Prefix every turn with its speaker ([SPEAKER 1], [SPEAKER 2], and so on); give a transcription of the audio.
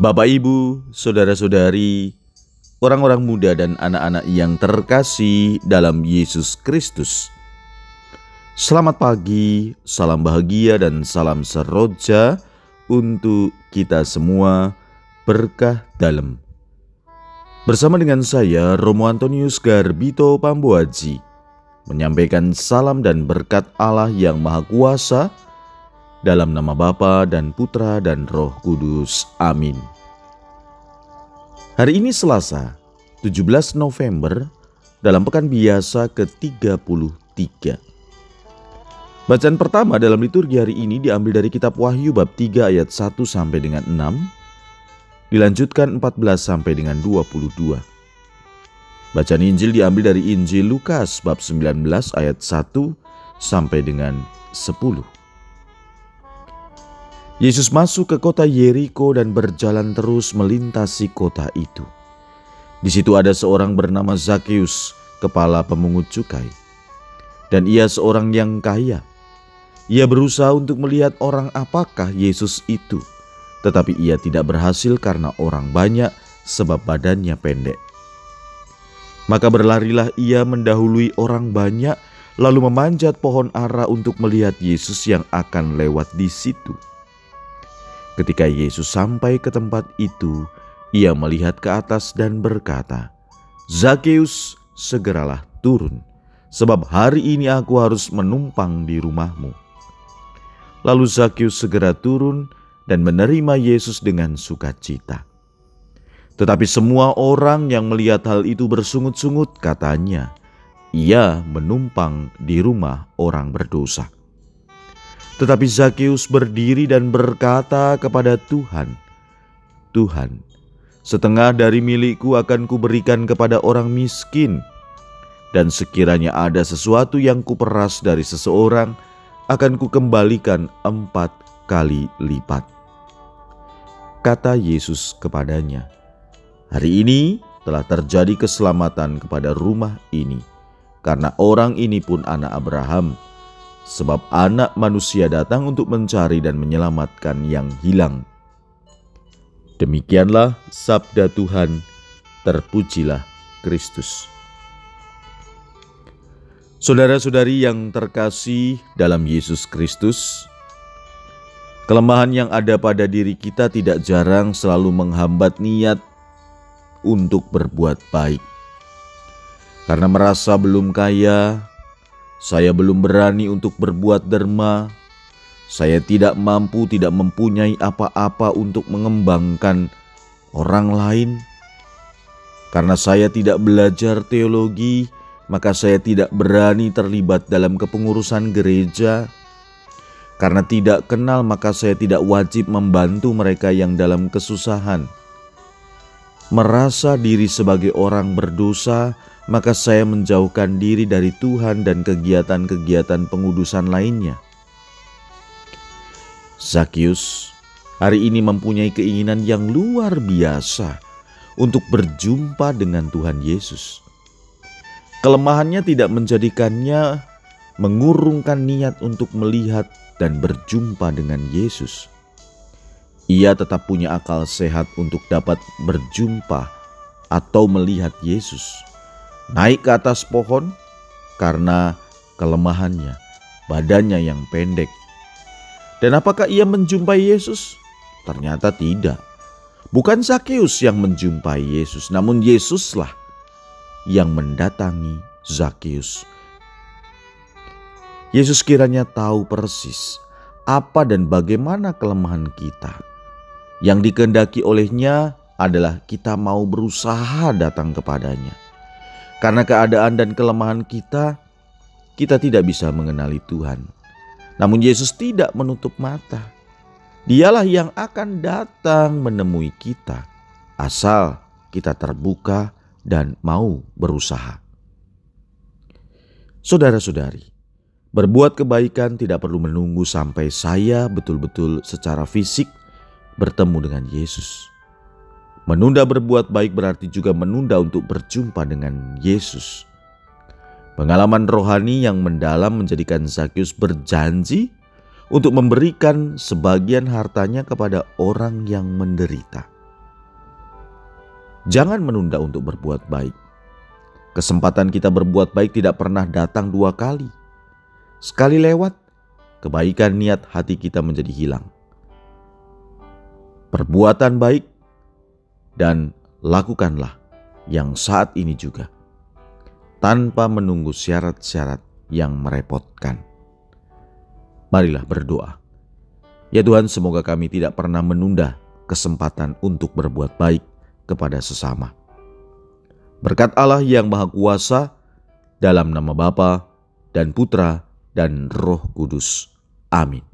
[SPEAKER 1] Bapak, Ibu, saudara-saudari, orang-orang muda dan anak-anak yang terkasih dalam Yesus Kristus. Selamat pagi, salam bahagia dan salam seroja untuk kita semua, berkah dalam. Bersama dengan saya, Romo Antonius Garbito Pambuaji, menyampaikan salam dan berkat Allah yang Maha Kuasa, dalam nama Bapa dan Putra dan Roh Kudus. Amin. Hari ini Selasa, 17 November, dalam pekan biasa ke-33. Bacaan pertama dalam liturgi hari ini diambil dari kitab Wahyu bab 3 ayat 1 sampai dengan 6, dilanjutkan 14 sampai dengan 22. Bacaan Injil diambil dari Injil Lukas bab 19 ayat 1 sampai dengan 10. Yesus masuk ke kota Yeriko dan berjalan terus melintasi kota itu. Di situ ada seorang bernama Zakheus, kepala pemungut cukai. Dan ia seorang yang kaya. Ia berusaha untuk melihat orang apakah Yesus itu, tetapi ia tidak berhasil karena orang banyak sebab badannya pendek. Maka berlarilah ia mendahului orang banyak, lalu memanjat pohon ara untuk melihat Yesus yang akan lewat di situ. Ketika Yesus sampai ke tempat itu, ia melihat ke atas dan berkata, "Zakheus, segeralah turun, sebab hari ini aku harus menumpang di rumahmu." Lalu Zakheus segera turun dan menerima Yesus dengan sukacita. Tetapi semua orang yang melihat hal itu bersungut-sungut, katanya, "Ia menumpang di rumah orang berdosa." Tetapi Zakheus berdiri dan berkata kepada Tuhan, "Tuhan, setengah dari milikku akan kuberikan kepada orang miskin, dan sekiranya ada sesuatu yang kuperas dari seseorang, akan kukembalikan 4 kali lipat." Kata Yesus kepadanya, "Hari ini telah terjadi keselamatan kepada rumah ini, karena orang ini pun anak Abraham. Sebab Anak Manusia datang untuk mencari dan menyelamatkan yang hilang." Demikianlah sabda Tuhan, terpujilah Kristus. Saudara-saudari yang terkasih dalam Yesus Kristus, kelemahan yang ada pada diri kita tidak jarang selalu menghambat niat untuk berbuat baik. Karena merasa belum kaya, saya belum berani untuk berbuat derma, saya tidak mampu, tidak mempunyai apa-apa untuk mengembangkan orang lain. Karena saya tidak belajar teologi, maka saya tidak berani terlibat dalam kepengurusan gereja. Karena tidak kenal, maka saya tidak wajib membantu mereka yang dalam kesusahan. Merasa diri sebagai orang berdosa, maka saya menjauhkan diri dari Tuhan dan kegiatan-kegiatan pengudusan lainnya. Zakheus hari ini mempunyai keinginan yang luar biasa untuk berjumpa dengan Tuhan Yesus. Kelemahannya tidak menjadikannya mengurungkan niat untuk melihat dan berjumpa dengan Yesus. Ia tetap punya akal sehat untuk dapat berjumpa atau melihat Yesus. Naik ke atas pohon karena kelemahannya, badannya yang pendek. Dan apakah ia menjumpai Yesus? Ternyata tidak. Bukan Zakheus yang menjumpai Yesus, namun Yesuslah yang mendatangi Zakheus. Yesus kiranya tahu persis apa dan bagaimana kelemahan kita. Yang dikehendaki olehnya adalah kita mau berusaha datang kepadanya. Karena keadaan dan kelemahan kita tidak bisa mengenali Tuhan. Namun Yesus tidak menutup mata. Dialah yang akan datang menemui kita, asal kita terbuka dan mau berusaha. Saudara-saudari, berbuat kebaikan tidak perlu menunggu sampai saya betul-betul secara fisik bertemu dengan Yesus. Menunda berbuat baik berarti juga menunda untuk berjumpa dengan Yesus. Pengalaman rohani yang mendalam menjadikan Zakheus berjanji untuk memberikan sebagian hartanya kepada orang yang menderita. Jangan menunda untuk berbuat baik. Kesempatan kita berbuat baik tidak pernah datang 2 kali. Sekali lewat, kebaikan niat hati kita menjadi hilang. Perbuatan baik dan lakukanlah yang saat ini juga, tanpa menunggu syarat-syarat yang merepotkan. Marilah berdoa. Ya Tuhan, semoga kami tidak pernah menunda kesempatan untuk berbuat baik kepada sesama. Berkat Allah yang Maha Kuasa, dalam nama Bapa dan Putra dan Roh Kudus. Amin.